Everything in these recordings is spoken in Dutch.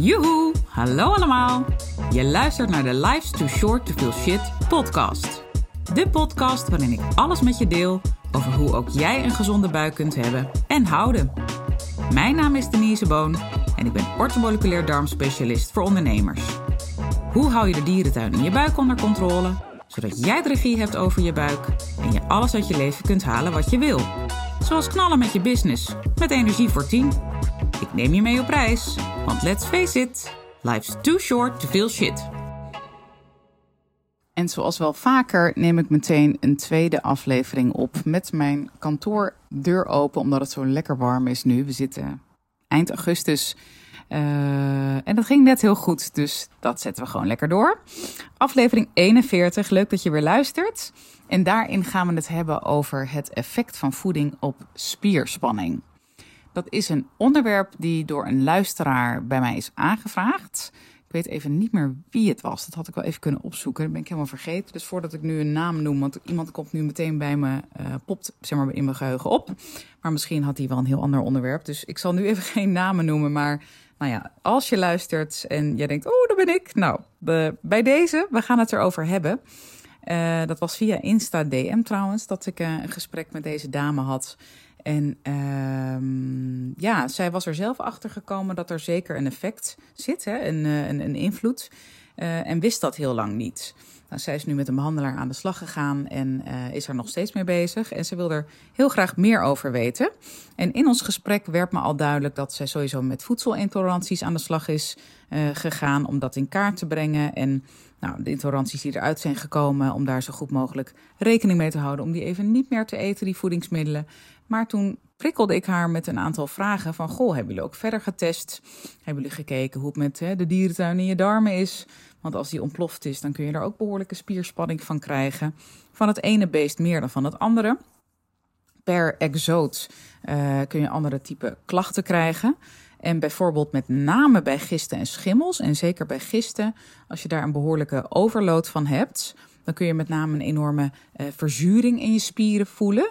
Joehoe, hallo allemaal. Je luistert naar de Life's Too Short to Feel Shit podcast. De podcast waarin ik alles met je deel over hoe ook jij een gezonde buik kunt hebben en houden. Mijn naam is Denise Boon en ik ben orthomoleculair darmspecialist voor ondernemers. Hoe hou je de dierentuin in je buik onder controle, zodat jij de regie hebt over je buik en je alles uit je leven kunt halen wat je wil. Zoals knallen met je business, met energie voor 10. Ik neem je mee op reis, want let's face it, life's too short to feel shit. En zoals wel vaker neem ik meteen een tweede aflevering op met mijn kantoordeur open, omdat het zo lekker warm is nu. We zitten eind augustus en dat ging net heel goed, dus dat zetten we gewoon lekker door. Aflevering 41, leuk dat je weer luistert. En daarin gaan we het hebben over het effect van voeding op spierspanning. Dat is een onderwerp die door een luisteraar bij mij is aangevraagd. Ik weet even niet meer wie het was. Dat had ik wel even kunnen opzoeken. Dat ben ik helemaal vergeten. Dus voordat ik nu een naam noem, want iemand komt nu meteen bij me, popt zeg maar in mijn geheugen op. Maar misschien had hij wel een heel ander onderwerp. Dus ik zal nu even geen namen noemen. Maar nou ja, als je luistert en jij denkt, oh, daar ben ik. Nou, bij deze, we gaan het erover hebben. Dat was via Insta DM trouwens, dat ik een gesprek met deze dame had. En zij was er zelf achter gekomen dat er zeker een effect zit, hè? Een invloed. En wist dat heel lang niet. Nou, zij is nu met een behandelaar aan de slag gegaan en is er nog steeds mee bezig. En ze wil er heel graag meer over weten. En in ons gesprek werd me al duidelijk dat zij sowieso met voedselintoleranties aan de slag is gegaan om dat in kaart te brengen. En nou, de intoleranties die eruit zijn gekomen, om daar zo goed mogelijk rekening mee te houden. Om die even niet meer te eten, die voedingsmiddelen. Maar toen prikkelde ik haar met een aantal vragen van, goh, hebben jullie ook verder getest? Hebben jullie gekeken hoe het met de dierentuin in je darmen is? Want als die ontploft is, dan kun je er ook behoorlijke spierspanning van krijgen. Van het ene beest meer dan van het andere. Per exoot kun je andere type klachten krijgen. En bijvoorbeeld met name bij gisten en schimmels, en zeker bij gisten, als je daar een behoorlijke overload van hebt, dan kun je met name een enorme verzuring in je spieren voelen.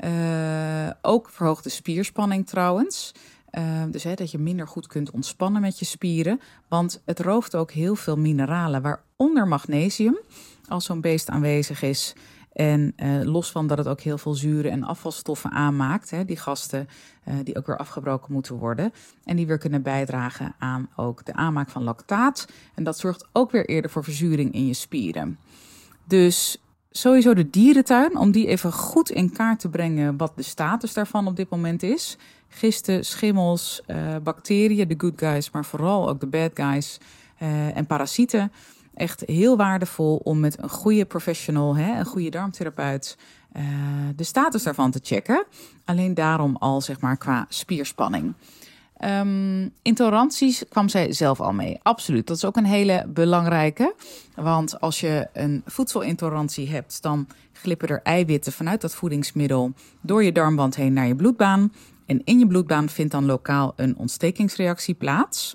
Ook verhoogde spierspanning trouwens. Dus dat je minder goed kunt ontspannen met je spieren. Want het rooft ook heel veel mineralen, waaronder magnesium, als zo'n beest aanwezig is. En los van dat het ook heel veel zuren en afvalstoffen aanmaakt. Die gasten die ook weer afgebroken moeten worden. En die weer kunnen bijdragen aan ook de aanmaak van lactaat. En dat zorgt ook weer eerder voor verzuring in je spieren. Dus sowieso de dierentuin, om die even goed in kaart te brengen wat de status daarvan op dit moment is. Gisten, schimmels, bacteriën, de good guys, maar vooral ook de bad guys en parasieten. Echt heel waardevol om met een goede professional, een goede darmtherapeut, de status daarvan te checken. Alleen daarom al zeg maar qua spierspanning. Intoleranties kwam zij zelf al mee. Absoluut, dat is ook een hele belangrijke. Want als je een voedselintolerantie hebt, dan glippen er eiwitten vanuit dat voedingsmiddel door je darmwand heen naar je bloedbaan. En in je bloedbaan vindt dan lokaal een ontstekingsreactie plaats.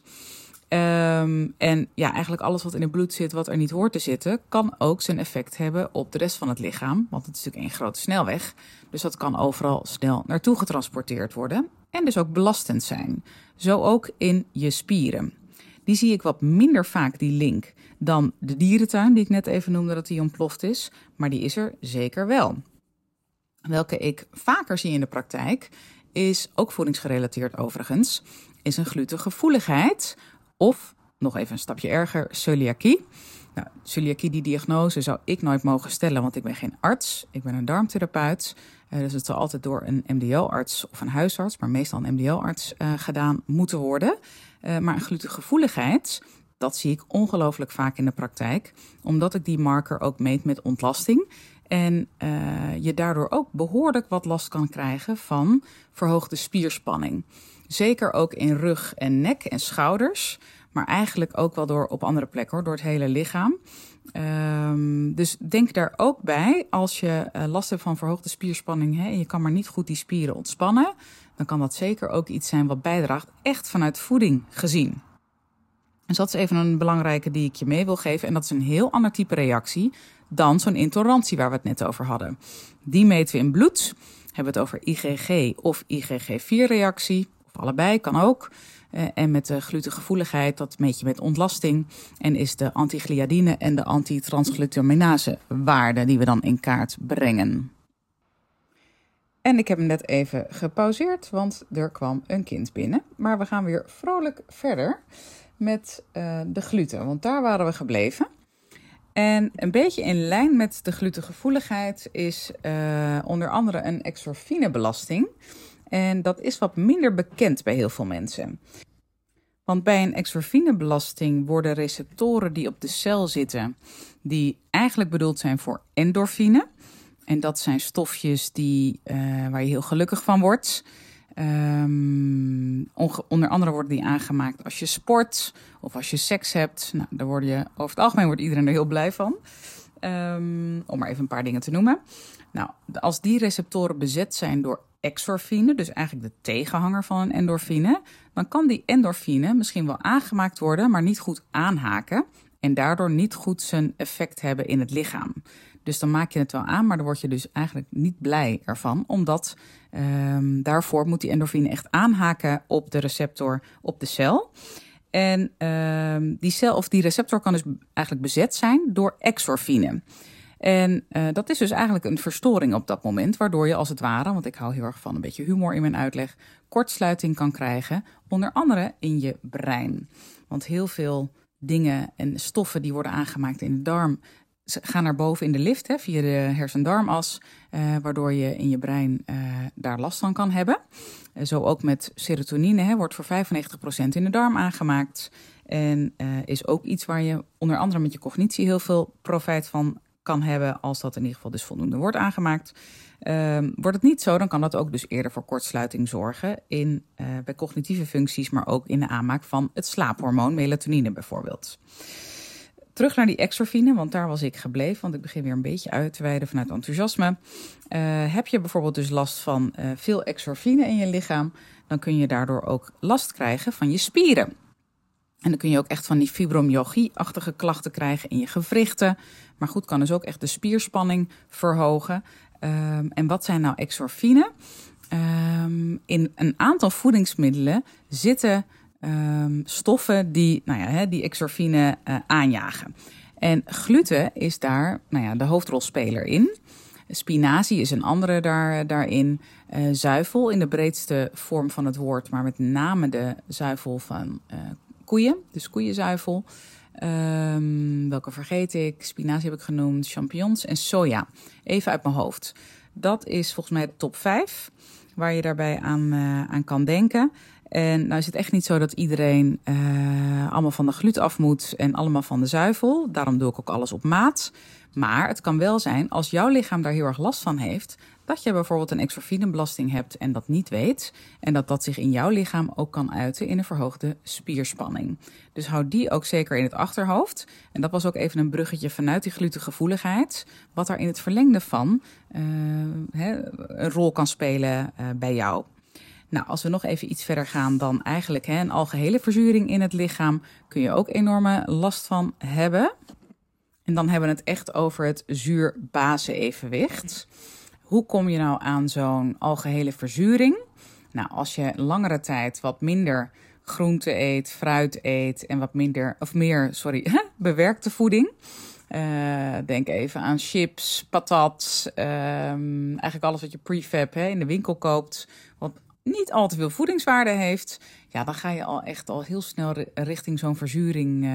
En ja, eigenlijk alles wat in het bloed zit, wat er niet hoort te zitten, kan ook zijn effect hebben op de rest van het lichaam. Want het is natuurlijk één grote snelweg. Dus dat kan overal snel naartoe getransporteerd worden. En dus ook belastend zijn. Zo ook in je spieren. Die zie ik wat minder vaak, die link, dan de dierentuin, die ik net even noemde dat die ontploft is. Maar die is er zeker wel. Welke ik vaker zie in de praktijk, is ook voedingsgerelateerd overigens, is een glutengevoeligheid. Of, nog even een stapje erger, celiakie. Nou, celiakie, die diagnose zou ik nooit mogen stellen, want ik ben geen arts. Ik ben een darmtherapeut. Dus het zal altijd door een MDO-arts of een huisarts, maar meestal een MDO-arts gedaan moeten worden. Maar een glutengevoeligheid, dat zie ik ongelooflijk vaak in de praktijk. Omdat ik die marker ook meet met ontlasting. En je daardoor ook behoorlijk wat last kan krijgen van verhoogde spierspanning. Zeker ook in rug en nek en schouders. Maar eigenlijk ook wel op andere plekken, door het hele lichaam. Dus denk daar ook bij, als je last hebt van verhoogde spierspanning, en je kan maar niet goed die spieren ontspannen, dan kan dat zeker ook iets zijn wat bijdraagt, echt vanuit voeding gezien. Dus dat is even een belangrijke die ik je mee wil geven. En dat is een heel ander type reactie dan zo'n intolerantie waar we het net over hadden. Die meten we in bloed. Hebben we het over IgG of IgG4-reactie. Of allebei, kan ook. En met de glutengevoeligheid, dat meet je met ontlasting. En is de antigliadine en de antitransglutaminase waarde die we dan in kaart brengen. En ik heb hem net even gepauzeerd, want er kwam een kind binnen. Maar we gaan weer vrolijk verder met de gluten, want daar waren we gebleven. En een beetje in lijn met de glutengevoeligheid is onder andere een exorfinebelasting. En dat is wat minder bekend bij heel veel mensen. Want bij een exorfinebelasting worden receptoren die op de cel zitten, die eigenlijk bedoeld zijn voor endorfine. En dat zijn stofjes waar je heel gelukkig van wordt. Onder andere worden die aangemaakt als je sport of als je seks hebt. Nou, over het algemeen wordt iedereen er heel blij van. Om maar even een paar dingen te noemen. Nou, als die receptoren bezet zijn door exorfine, dus eigenlijk de tegenhanger van een endorfine, dan kan die endorfine misschien wel aangemaakt worden, maar niet goed aanhaken en daardoor niet goed zijn effect hebben in het lichaam. Dus dan maak je het wel aan, maar dan word je dus eigenlijk niet blij ervan, omdat daarvoor moet die endorfine echt aanhaken op de receptor op de cel. En die cel of die receptor kan dus eigenlijk bezet zijn door exorfine. En dat is dus eigenlijk een verstoring op dat moment, waardoor je als het ware, want ik hou heel erg van een beetje humor in mijn uitleg, kortsluiting kan krijgen, onder andere in je brein. Want heel veel dingen en stoffen die worden aangemaakt in de darm gaan naar boven in de lift, via de hersen-darmas, waardoor je in je brein daar last van kan hebben. Zo ook met serotonine, wordt voor 95% in de darm aangemaakt. En is ook iets waar je onder andere met je cognitie heel veel profijt van kan hebben, als dat in ieder geval dus voldoende wordt aangemaakt. Wordt het niet zo, dan kan dat ook dus eerder voor kortsluiting zorgen bij cognitieve functies, maar ook in de aanmaak van het slaaphormoon melatonine bijvoorbeeld. Terug naar die exorfine, want daar was ik gebleven, want ik begin weer een beetje uit te wijden vanuit enthousiasme. Heb je bijvoorbeeld dus last van veel exorfine in je lichaam, dan kun je daardoor ook last krijgen van je spieren. En dan kun je ook echt van die fibromyalgie-achtige klachten krijgen in je gewrichten. Maar goed, kan dus ook echt de spierspanning verhogen. En wat zijn nou exorfine? In een aantal voedingsmiddelen zitten stoffen die exorfine aanjagen. En gluten is daar de hoofdrolspeler in. Spinazie is een andere daarin. Zuivel in de breedste vorm van het woord, maar met name de zuivel van koeien, dus koeienzuivel. Welke vergeet ik? Spinazie heb ik genoemd, champignons en soja. Even uit mijn hoofd. Dat is volgens mij de top 5 waar je daarbij aan kan denken. En nou is het echt niet zo dat iedereen allemaal van de gluten af moet en allemaal van de zuivel. Daarom doe ik ook alles op maat. Maar het kan wel zijn, als jouw lichaam daar heel erg last van heeft, dat je bijvoorbeeld een exorfinebelasting hebt en dat niet weet. En dat zich in jouw lichaam ook kan uiten in een verhoogde spierspanning. Dus houd die ook zeker in het achterhoofd. En dat was ook even een bruggetje vanuit die glutengevoeligheid, wat daar in het verlengde van een rol kan spelen bij jou. Nou, als we nog even iets verder gaan dan eigenlijk een algehele verzuring in het lichaam, kun je ook enorme last van hebben. En dan hebben we het echt over het zuur-base-evenwicht. Hoe kom je nou aan zo'n algehele verzuring? Nou, als je langere tijd wat minder groente eet, fruit eet en meer bewerkte voeding. Denk even aan chips, patat, eigenlijk alles wat je prefab in de winkel koopt, wat niet al te veel voedingswaarde heeft. Ja, dan ga je al heel snel richting zo'n verzuring.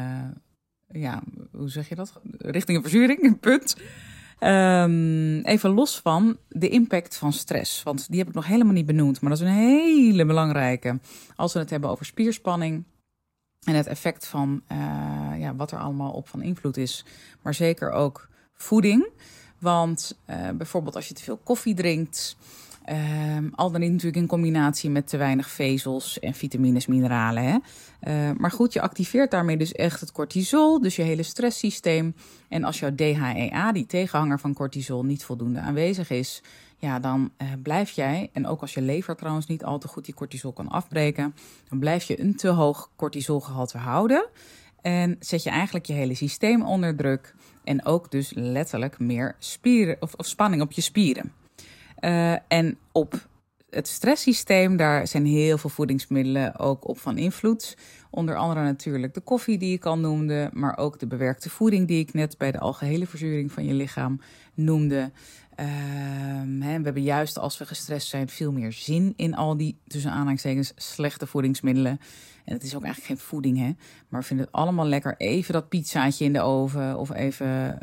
Hoe zeg je dat? Richting een verzuring, punt. Even los van de impact van stress. Want die heb ik nog helemaal niet benoemd. Maar dat is een hele belangrijke. Als we het hebben over spierspanning. En het effect van wat er allemaal op van invloed is. Maar zeker ook voeding. Want bijvoorbeeld als je te veel koffie drinkt. Al dan niet natuurlijk in combinatie met te weinig vezels en vitamines, mineralen. Maar goed, je activeert daarmee dus echt het cortisol, dus je hele stresssysteem. En als jouw DHEA, die tegenhanger van cortisol, niet voldoende aanwezig is, ja, dan blijf jij, en ook als je lever trouwens niet al te goed die cortisol kan afbreken, dan blijf je een te hoog cortisolgehalte houden. En zet je eigenlijk je hele systeem onder druk en ook dus letterlijk meer spieren of spanning op je spieren. En op het stresssysteem, daar zijn heel veel voedingsmiddelen ook op van invloed. Onder andere natuurlijk de koffie die ik al noemde, maar ook de bewerkte voeding die ik net bij de algehele verzuring van je lichaam noemde. We hebben juist als we gestrest zijn veel meer zin in al die, tussen aanhalingstekens, slechte voedingsmiddelen. En het is ook eigenlijk geen voeding, hè. Maar we vinden het allemaal lekker. Even dat pizzaatje in de oven of even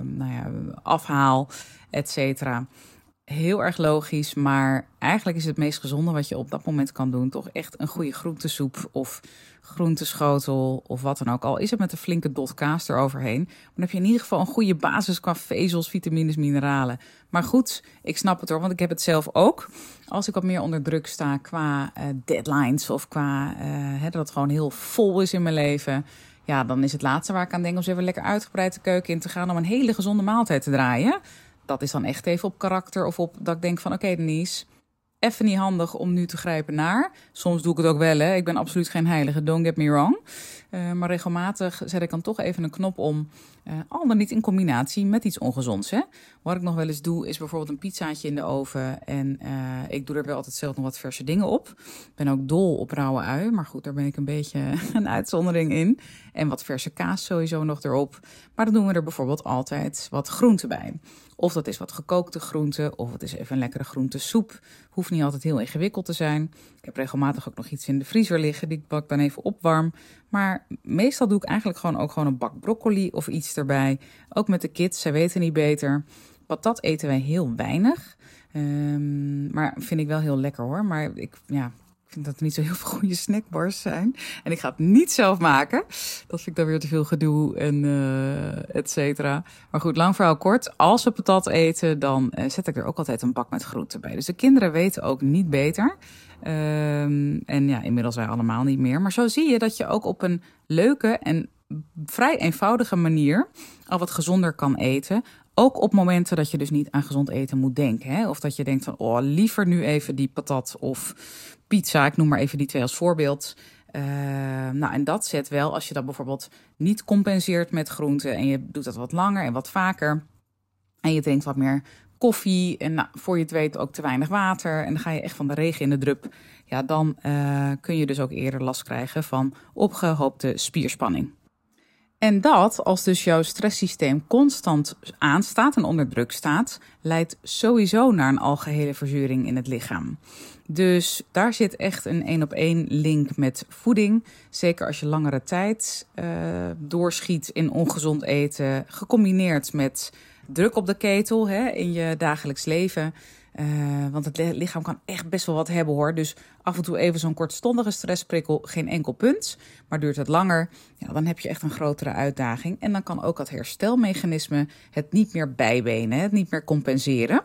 afhaal, et cetera. Heel erg logisch, maar eigenlijk is het meest gezonde wat je op dat moment kan doen toch echt een goede groentesoep of groenteschotel of wat dan ook. Al is het met een flinke dot kaas eroverheen. Dan heb je in ieder geval een goede basis qua vezels, vitamines, mineralen. Maar goed, ik snap het hoor, want ik heb het zelf ook. Als ik wat meer onder druk sta qua deadlines of qua dat het gewoon heel vol is in mijn leven. Ja, dan is het laatste waar ik aan denk om eens even lekker uitgebreid de keuken in te gaan om een hele gezonde maaltijd te draaien. Dat is dan echt even op karakter of op dat ik denk van oké, Denise, even niet handig om nu te grijpen naar. Soms doe ik het ook wel, hè. Ik ben absoluut geen heilige, don't get me wrong. Maar regelmatig zet ik dan toch even een knop om. Al dan niet in combinatie met iets ongezonds, hè. Wat ik nog wel eens doe is bijvoorbeeld een pizzaatje in de oven. En ik doe er wel altijd zelf nog wat verse dingen op. Ik ben ook dol op rauwe ui. Maar goed, daar ben ik een beetje een uitzondering in. En wat verse kaas sowieso nog erop. Maar dan doen we er bijvoorbeeld altijd wat groenten bij. Of dat is wat gekookte groenten, of het is even een lekkere groentesoep. Hoeft niet altijd heel ingewikkeld te zijn. Ik heb regelmatig ook nog iets in de vriezer liggen, die ik dan even opwarm. Maar meestal doe ik eigenlijk gewoon een bak broccoli of iets erbij. Ook met de kids, zij weten niet beter. Patat eten wij heel weinig. Maar vind ik wel heel lekker hoor. Maar ik vind dat er niet zo heel veel goede snackbars zijn. En ik ga het niet zelf maken. Dat vind ik dan weer te veel gedoe en et cetera. Maar goed, lang verhaal kort. Als we patat eten, dan zet ik er ook altijd een bak met groenten bij. Dus de kinderen weten ook niet beter. En ja, inmiddels wij allemaal niet meer. Maar zo zie je dat je ook op een leuke en vrij eenvoudige manier al wat gezonder kan eten. Ook op momenten dat je dus niet aan gezond eten moet denken. Hè? Of dat je denkt van, liever nu even die patat of pizza. Ik noem maar even die twee als voorbeeld. En dat zet wel, als je dat bijvoorbeeld niet compenseert met groenten en je doet dat wat langer en wat vaker. En je drinkt wat meer koffie en voor je het weet ook te weinig water. En dan ga je echt van de regen in de drup. Ja, dan kun je dus ook eerder last krijgen van opgehoopte spierspanning. En dat, als dus jouw stresssysteem constant aanstaat en onder druk staat, leidt sowieso naar een algehele verzuring in het lichaam. Dus daar zit echt een 1-op-1 link met voeding. Zeker als je langere tijd doorschiet in ongezond eten, gecombineerd met druk op de ketel in je dagelijks leven. Want het lichaam kan echt best wel wat hebben hoor. Dus af en toe even zo'n kortstondige stressprikkel, geen enkel punt. Maar duurt het langer, ja, dan heb je echt een grotere uitdaging. En dan kan ook dat herstelmechanisme het niet meer bijbenen, het niet meer compenseren.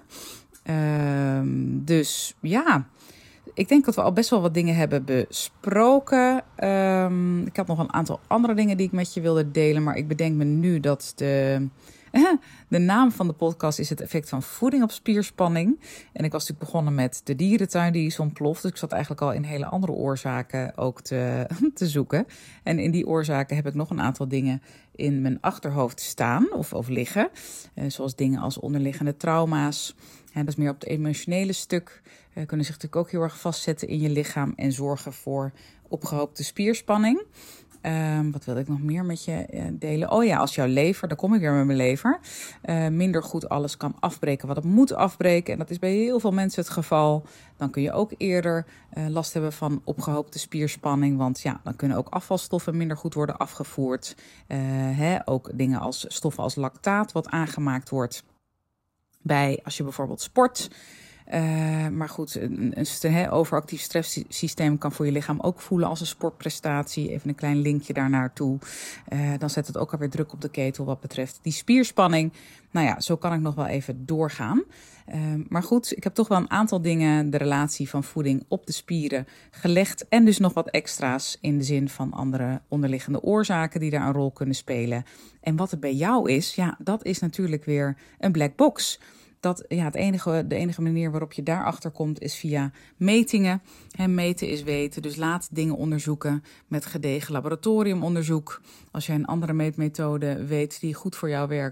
Dus ja, ik denk dat we al best wel wat dingen hebben besproken. Ik had nog een aantal andere dingen die ik met je wilde delen. Maar ik bedenk me nu dat de naam van de podcast is het effect van voeding op spierspanning. En ik was natuurlijk begonnen met de dierentuin die is ontploft. Dus ik zat eigenlijk al in hele andere oorzaken ook te zoeken. En in die oorzaken heb ik nog een aantal dingen in mijn achterhoofd staan of liggen. Zoals dingen als onderliggende trauma's. Dat is meer op het emotionele stuk. Kunnen zich natuurlijk ook heel erg vastzetten in je lichaam en zorgen voor opgehoopte spierspanning. Wat wil ik nog meer met je delen? Oh ja, als jouw lever, daar kom ik weer met mijn lever, minder goed alles kan afbreken wat het moet afbreken. En dat is bij heel veel mensen het geval. Dan kun je ook eerder last hebben van opgehoopte spierspanning. Want ja, dan kunnen ook afvalstoffen minder goed worden afgevoerd. Ook dingen als stoffen als lactaat wat aangemaakt wordt als je bijvoorbeeld sport. Maar goed, een overactief stresssysteem kan voor je lichaam ook voelen als een sportprestatie. Even een klein linkje daarnaartoe. Dan zet het ook alweer druk op de ketel wat betreft die spierspanning. Nou ja, zo kan ik nog wel even doorgaan. Maar goed, ik heb toch wel een aantal dingen, de relatie van voeding op de spieren, gelegd. En dus nog wat extra's in de zin van andere onderliggende oorzaken die daar een rol kunnen spelen. En wat het bij jou is, ja, dat is natuurlijk weer een black box. De enige manier waarop je daarachter komt is via metingen. Meten is weten, dus laat dingen onderzoeken met gedegen laboratoriumonderzoek. Als je een andere meetmethode weet die goed voor jou werkt,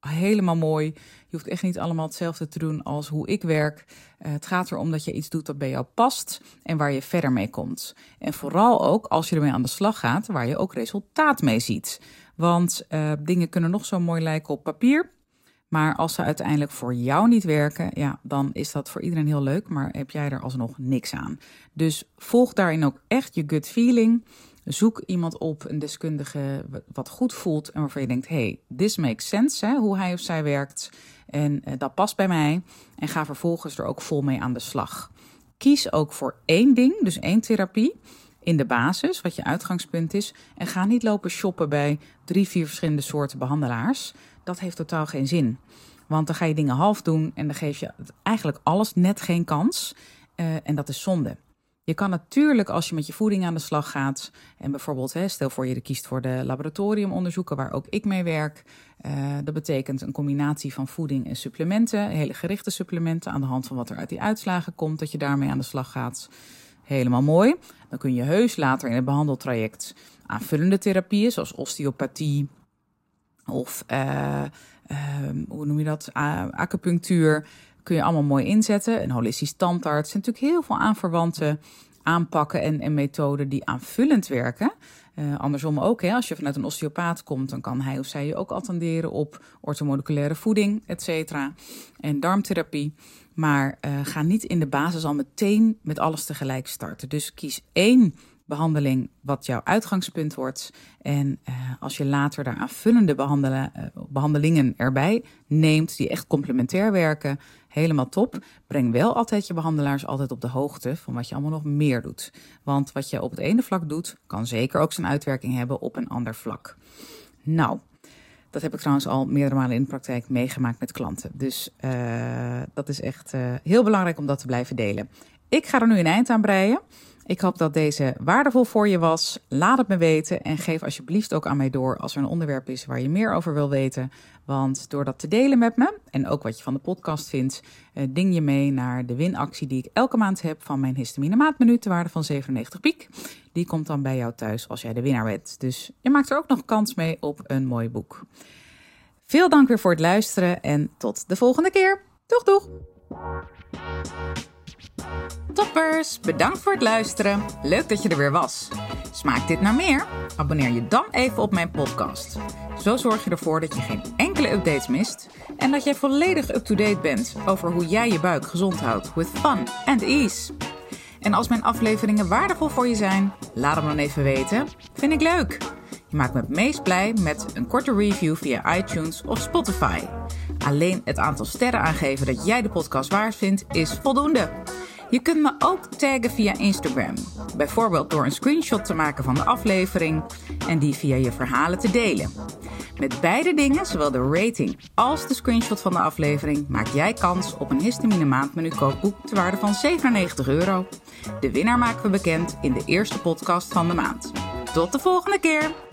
helemaal mooi. Je hoeft echt niet allemaal hetzelfde te doen als hoe ik werk. Het gaat erom dat je iets doet dat bij jou past en waar je verder mee komt. En vooral ook als je ermee aan de slag gaat, waar je ook resultaat mee ziet. Want dingen kunnen nog zo mooi lijken op papier. Maar als ze uiteindelijk voor jou niet werken, ja, dan is dat voor iedereen heel leuk, maar heb jij er alsnog niks aan. Dus volg daarin ook echt je gut feeling. Zoek iemand op, een deskundige, wat goed voelt en waarvan je denkt, hey, this makes sense, hè, hoe hij of zij werkt. En dat past bij mij. En ga vervolgens er ook vol mee aan de slag. Kies ook voor één ding, dus één therapie in de basis, wat je uitgangspunt is. En ga niet lopen shoppen bij 3-4 verschillende soorten behandelaars. Dat heeft totaal geen zin. Want dan ga je dingen half doen en dan geef je eigenlijk alles net geen kans. En dat is zonde. Je kan natuurlijk, als je met je voeding aan de slag gaat en bijvoorbeeld, stel voor je kiest voor de laboratoriumonderzoeken waar ook ik mee werk. Dat betekent een combinatie van voeding en supplementen, hele gerichte supplementen aan de hand van wat er uit die uitslagen komt, dat je daarmee aan de slag gaat. Helemaal mooi. Dan kun je heus later in het behandeltraject aanvullende therapieën, zoals osteopathie of hoe noem je dat, acupunctuur, kun je allemaal mooi inzetten. Een holistisch tandarts. Er zijn natuurlijk heel veel aanverwante aanpakken en methoden die aanvullend werken. Andersom ook, als je vanuit een osteopaat komt, dan kan hij of zij je ook attenderen op orthomoleculaire voeding, et cetera. En darmtherapie. Maar ga niet in de basis al meteen met alles tegelijk starten. Dus kies één behandeling wat jouw uitgangspunt wordt. En als je later daar aanvullende behandelingen erbij neemt die echt complementair werken, helemaal top. Breng wel altijd je behandelaars altijd op de hoogte van wat je allemaal nog meer doet. Want wat je op het ene vlak doet, kan zeker ook zijn uitwerking hebben op een ander vlak. Nou, dat heb ik trouwens al meerdere malen in de praktijk meegemaakt met klanten. Dus dat is echt heel belangrijk om dat te blijven delen. Ik ga er nu een eind aan breien. Ik hoop dat deze waardevol voor je was. Laat het me weten en geef alsjeblieft ook aan mij door als er een onderwerp is waar je meer over wil weten. Want door dat te delen met me en ook wat je van de podcast vindt, ding je mee naar de winactie die ik elke maand heb van mijn histamine maandmenu ter waarde van 97 piek. Die komt dan bij jou thuis als jij de winnaar bent. Dus je maakt er ook nog kans mee op een mooi boek. Veel dank weer voor het luisteren en tot de volgende keer. Doeg doeg! Toppers, bedankt voor het luisteren. Leuk dat je er weer was. Smaakt dit naar meer? Abonneer je dan even op mijn podcast. Zo zorg je ervoor dat je geen enkele updates mist en dat jij volledig up-to-date bent over hoe jij je buik gezond houdt with fun and ease. En als mijn afleveringen waardevol voor je zijn, laat hem dan even weten. Vind ik leuk. Je maakt me het meest blij met een korte review via iTunes of Spotify. Alleen het aantal sterren aangeven dat jij de podcast waard vindt is voldoende. Je kunt me ook taggen via Instagram. Bijvoorbeeld door een screenshot te maken van de aflevering en die via je verhalen te delen. Met beide dingen, zowel de rating als de screenshot van de aflevering, maak jij kans op een histamine maandmenu kookboek ter waarde van €97. De winnaar maken we bekend in de eerste podcast van de maand. Tot de volgende keer!